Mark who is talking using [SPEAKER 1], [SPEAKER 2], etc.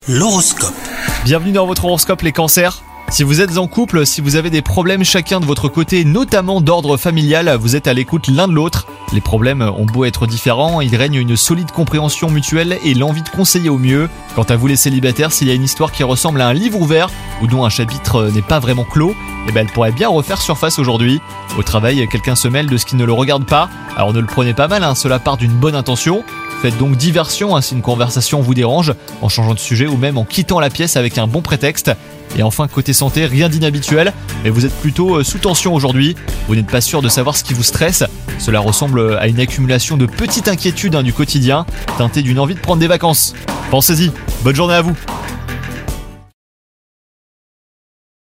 [SPEAKER 1] L'horoscope.
[SPEAKER 2] Bienvenue dans votre horoscope les cancers. Si vous êtes en couple, si vous avez des problèmes chacun de votre côté, notamment d'ordre familial, vous êtes à l'écoute l'un de l'autre. Les problèmes ont beau être différents, il règne une solide compréhension mutuelle et l'envie de conseiller au mieux. Quant à vous les célibataires, s'il y a une histoire qui ressemble à un livre ouvert ou dont un chapitre n'est pas vraiment clos, elle pourrait bien refaire surface aujourd'hui. Au travail, quelqu'un se mêle de ce qui ne le regarde pas. Alors ne le prenez pas mal, cela part d'une bonne intention. Faites donc diversion si une conversation vous dérange, en changeant de sujet ou même en quittant la pièce avec un bon prétexte. Et enfin, côté santé, rien d'inhabituel, mais vous êtes plutôt sous tension aujourd'hui. Vous n'êtes pas sûr de savoir ce qui vous stresse. Cela ressemble à une accumulation de petites inquiétudes du quotidien, teintées d'une envie de prendre des vacances. Pensez-y, bonne journée à vous.